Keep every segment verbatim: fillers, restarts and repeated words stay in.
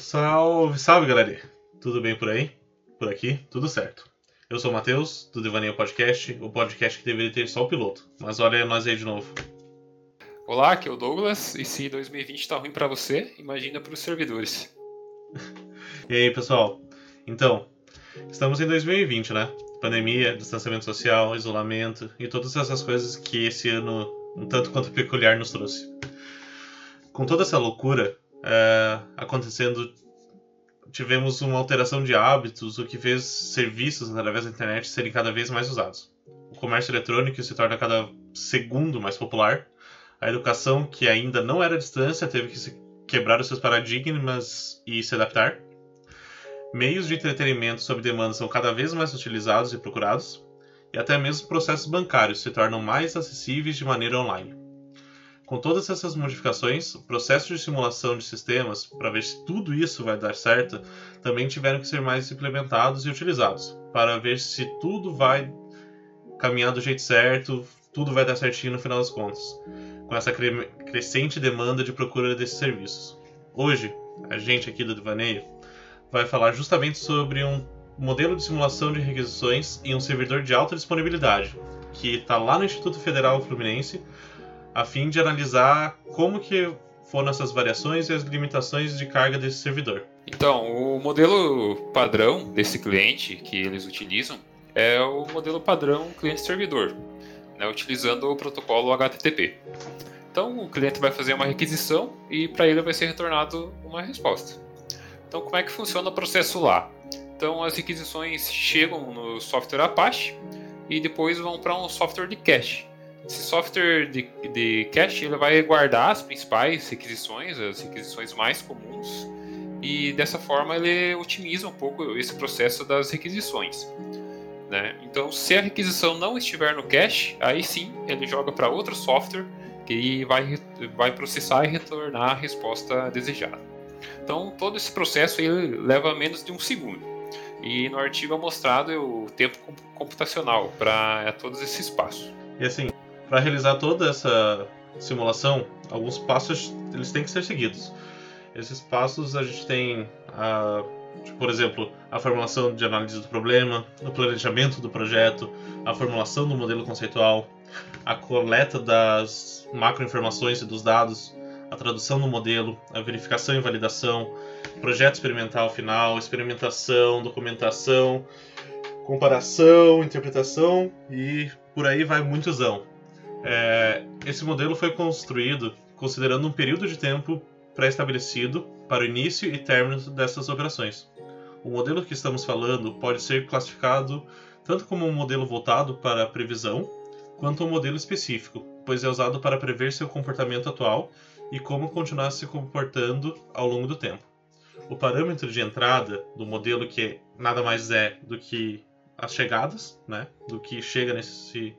Salve, salve, galera! Tudo bem por aí? Por aqui, tudo certo. Eu sou o Matheus, do Devaneio Podcast, o podcast que deveria ter só o piloto. Mas olha nós aí de novo. Olá, aqui é o Douglas, e se dois mil e vinte tá ruim pra você, imagina pros servidores. E aí, pessoal? Então, estamos em dois mil e vinte, né? Pandemia, distanciamento social, isolamento e todas essas coisas que esse ano, um tanto quanto peculiar, nos trouxe. Com toda essa loucura é, acontecendo, tivemos uma alteração de hábitos, o que fez serviços através da internet serem cada vez mais usados. O comércio eletrônico se torna cada segundo mais popular. A educação, que ainda não era à distância, teve que se quebrar os seus paradigmas e se adaptar. Meios de entretenimento sob demanda são cada vez mais utilizados e procurados. E até mesmo processos bancários se tornam mais acessíveis de maneira online. Com todas essas modificações, processos de simulação de sistemas, para ver se tudo isso vai dar certo, também tiveram que ser mais implementados e utilizados, para ver se tudo vai caminhar do jeito certo, tudo vai dar certinho no final das contas, com essa cre- crescente demanda de procura desses serviços. Hoje, a gente aqui do Devaneio vai falar justamente sobre um modelo de simulação de requisições em um servidor de alta disponibilidade, que está lá no Instituto Federal Fluminense, a fim de analisar como que foram essas variações e as limitações de carga desse servidor. Então, o modelo padrão desse cliente que eles utilizam é o modelo padrão cliente-servidor, né, utilizando o protocolo H T T P. Então, o cliente vai fazer uma requisição e para ele vai ser retornado uma resposta. Então, como é que funciona o processo lá? Então, as requisições chegam no software Apache e depois vão para um software de cache. Esse software de, de cache ele vai guardar as principais requisições, as requisições mais comuns, e dessa forma ele otimiza um pouco esse processo das requisições, né? Então, se a requisição não estiver no cache, aí sim ele joga para outro software que vai, vai processar e retornar a resposta desejada. Então, todo esse processo ele leva menos de um segundo. E no artigo é mostrado o tempo computacional para todos esses passos. E assim, para realizar toda essa simulação, alguns passos eles têm que ser seguidos. Esses passos a gente tem, a, tipo, por exemplo, a formulação de análise do problema, o planejamento do projeto, a formulação do modelo conceitual, a coleta das macroinformações e dos dados, a tradução do modelo, a verificação e validação, projeto experimental final, experimentação, documentação, comparação, interpretação e por aí vai muitosão. É, esse modelo foi construído considerando um período de tempo pré-estabelecido para o início e término dessas operações. O modelo que estamos falando pode ser classificado tanto como um modelo voltado para a previsão, quanto um modelo específico, pois é usado para prever seu comportamento atual e como continuar se comportando ao longo do tempo. O parâmetro de entrada do modelo, que nada mais é do que as chegadas, né, do que chega nesse,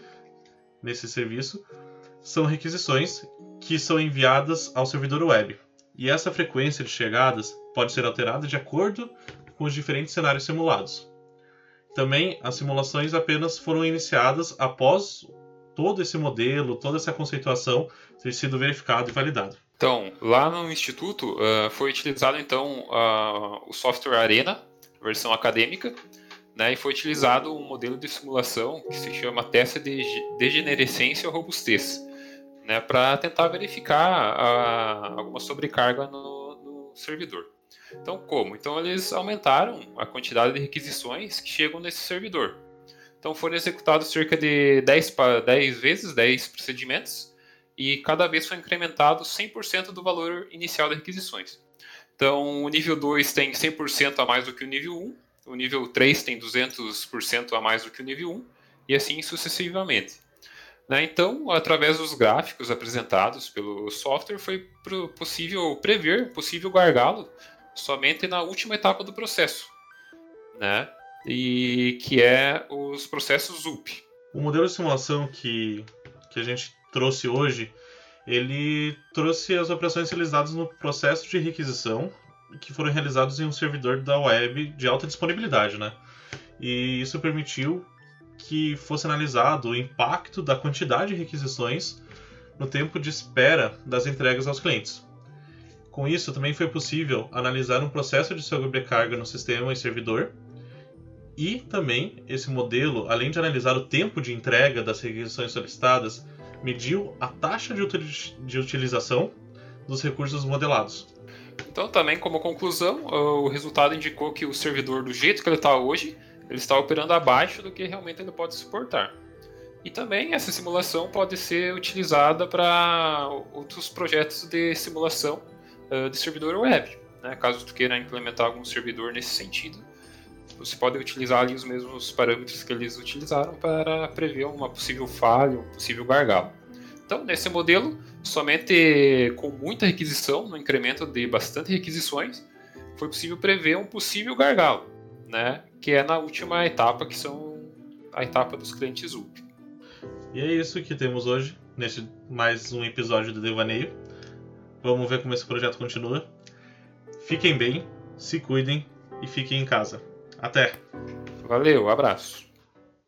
nesse serviço, são requisições que são enviadas ao servidor web. E essa frequência de chegadas pode ser alterada de acordo com os diferentes cenários simulados. Também, as simulações apenas foram iniciadas após todo esse modelo, toda essa conceituação ter sido verificado e validado. Então, lá no Instituto uh, foi utilizado então uh, o software Arena, versão acadêmica, né, e foi utilizado um modelo de simulação que se chama teste de degenerescência ou robustez, né, para tentar verificar uh, alguma sobrecarga no, no servidor. Então, como? Então, eles aumentaram a quantidade de requisições que chegam nesse servidor. Então, foram executados cerca de dez, dez vezes, dez procedimentos, e cada vez foi incrementado cem por cento do valor inicial das requisições. Então, o nível dois tem cem por cento a mais do que o nível um, o nível três tem duzentos por cento a mais do que o nível um, e assim sucessivamente. Né? Então, através dos gráficos apresentados pelo software, foi possível prever possível gargalo somente na última etapa do processo, né? E que é os processos U P. O modelo de simulação que, que a gente trouxe hoje, ele trouxe as operações realizadas no processo de requisição que foram realizados em um servidor da web de alta disponibilidade, né? E isso permitiu que fosse analisado o impacto da quantidade de requisições no tempo de espera das entregas aos clientes. Com isso, também foi possível analisar um processo de sobrecarga no sistema e servidor. E também, esse modelo, além de analisar o tempo de entrega das requisições solicitadas, mediu a taxa de, util de utilização dos recursos modelados. Então, também, como conclusão, o resultado indicou que o servidor, do jeito que ele está hoje, ele está operando abaixo do que realmente ele pode suportar. E também essa simulação pode ser utilizada para outros projetos de simulação uh, de servidor web. Né? Caso tu queira implementar algum servidor nesse sentido, você pode utilizar ali os mesmos parâmetros que eles utilizaram para prever uma possível falha, um possível gargalo. Então, nesse modelo, somente com muita requisição, no incremento de bastante requisições, foi possível prever um possível gargalo, né? Que é na última etapa, que são a etapa dos clientes U P. E é isso que temos hoje, neste mais um episódio do Devaneio. Vamos ver como esse projeto continua. Fiquem bem, se cuidem e fiquem em casa. Até! Valeu, abraço!